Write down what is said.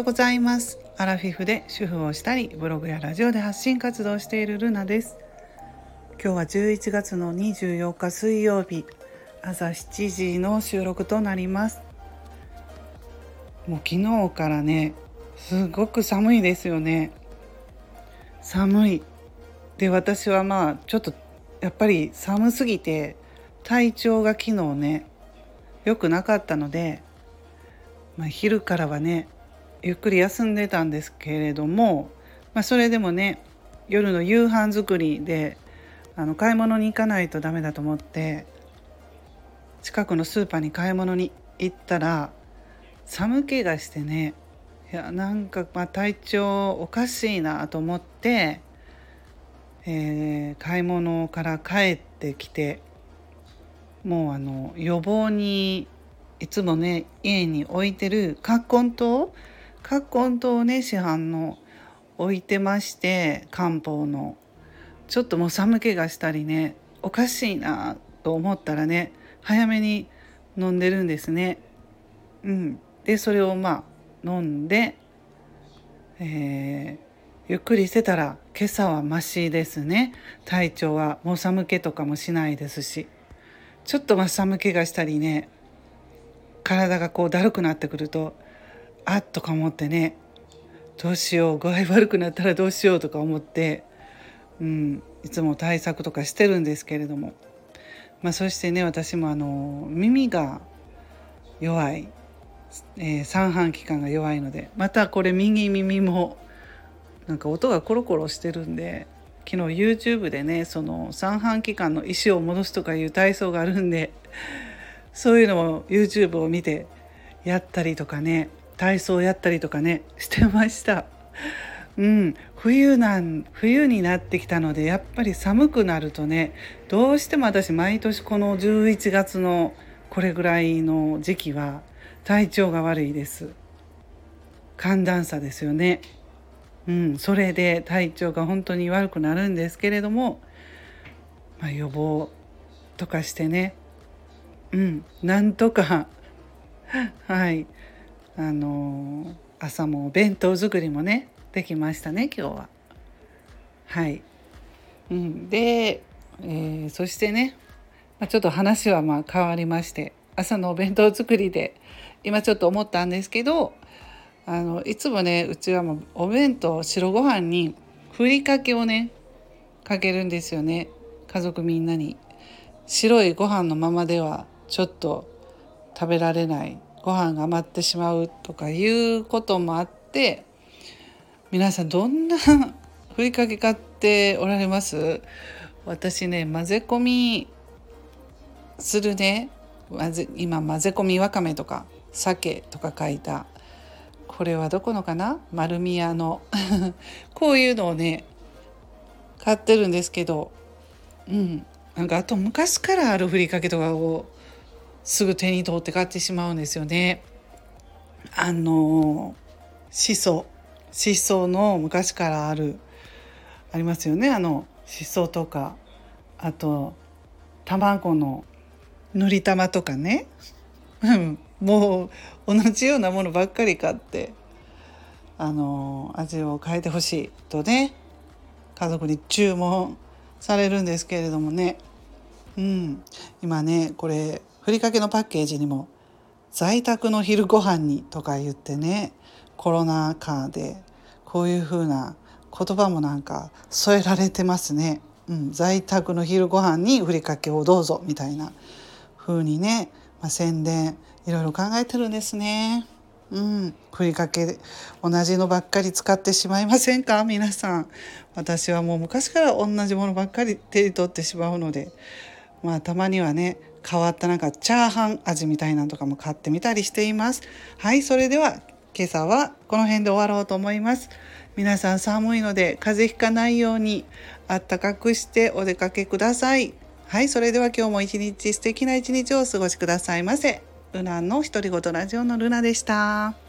うございます。アラフィフで主婦をしたりブログやラジオで発信活動をしているルナです。今日は11月の24日水曜日、朝7時の収録となります。もう昨日からね、すごく寒いですよね。寒いで、私はちょっとやっぱり寒すぎて体調が昨日ね良くなかったので、昼からはねゆっくり休んでたんですけれども、それでもね夜の夕飯作りで買い物に行かないとダメだと思って近くのスーパーに買い物に行ったら寒気がしてね、なんか体調おかしいなと思って、買い物から帰ってきて、もう予防にいつもね家に置いてる葛根湯をね市販の置いてまして、漢方のちょっともう寒気がしたりねおかしいなと思ったらね早めに飲んでるんですね。でそれを飲んで、ゆっくりしてたら今朝はマシですね。体調はもう寒気とかもしないですし、ちょっと寒気がしたりね、体がだるくなってくるとあっとか思ってね、どうしよう、具合悪くなったらどうしようとか思って、いつも対策とかしてるんですけれども、そしてね私も耳が弱い、三半規管が弱いので、またこれ右耳もなんか音がコロコロしてるんで、昨日 YouTube でねその三半規管の石を戻すとかいう体操があるんで、そういうのも YouTube を見てやったりとかね、体操やったりとかねしてました。冬になってきたので、やっぱり寒くなるとね、どうしても私毎年この11月のこれぐらいの時期は体調が悪いです。寒暖差ですよね。それで体調が本当に悪くなるんですけれども、予防とかしてね、なんとかはい朝も弁当作りもねできましたね今日は。で、そしてね、ちょっと話は変わりまして、朝のお弁当作りで今ちょっと思ったんですけど、いつもねうちはお弁当白ご飯にふりかけをねかけるんですよね。家族みんなに。白いご飯のままではちょっと食べられない、ご飯が余ってしまうとかいうこともあって、皆さんどんなふりかけ買っておられます？私ね混ぜ込みするね、今混ぜ込みわかめとか鮭とか書いた、これはどこのかな、丸美屋のこういうのをね買ってるんですけど、なんかあと昔からあるふりかけとかをすぐ手に取って買ってしまうんですよね。しその昔からありますよね。しそとか、あと卵ののり玉とかね、もう同じようなものばっかり買って味を変えてほしいとね家族に注文されるんですけれどもね、今ねこれふりかけのパッケージにも在宅の昼ご飯にとか言ってね、コロナ禍でこういう風な言葉もなんか添えられてますね。在宅の昼ご飯にふりかけをどうぞみたいな風にね、宣伝いろいろ考えてるんですね。ふりかけ同じのばっかり使ってしまいませんか皆さん。私はもう昔から同じものばっかり手に取ってしまうので、たまにはね変わったなんかチャーハン味みたいなのとかも買ってみたりしています。それでは今朝はこの辺で終わろうと思います。皆さん寒いので風邪ひかないようにあったかくしてお出かけください。それでは今日も一日素敵な一日をお過ごしくださいませ。ルナの独り言ラジオのルナでした。